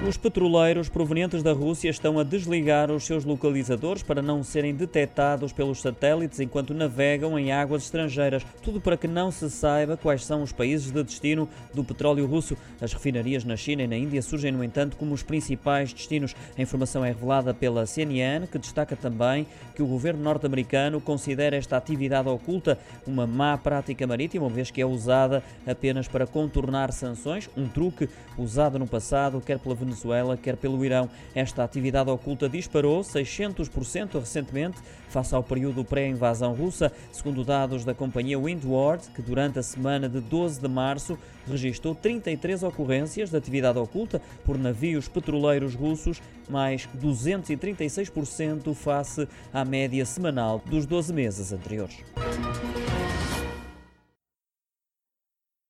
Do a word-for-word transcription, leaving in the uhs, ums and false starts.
Os petroleiros provenientes da Rússia estão a desligar os seus localizadores para não serem detectados pelos satélites enquanto navegam em águas estrangeiras. Tudo para que não se saiba quais são os países de destino do petróleo russo. As refinarias na China e na Índia surgem, no entanto, como os principais destinos. A informação é revelada pela C N N, que destaca também que o governo norte-americano considera esta atividade oculta uma má prática marítima, uma vez que é usada apenas para contornar sanções, um truque usado no passado, quer pela Venezuela, Venezuela, quer pelo Irão. Esta atividade oculta disparou seiscentos por cento recentemente, face ao período pré-invasão russa, segundo dados da companhia Windward, que durante a semana de doze de março registrou trinta e três ocorrências de atividade oculta por navios petroleiros russos, mais duzentos e trinta e seis por cento face à média semanal dos doze meses anteriores.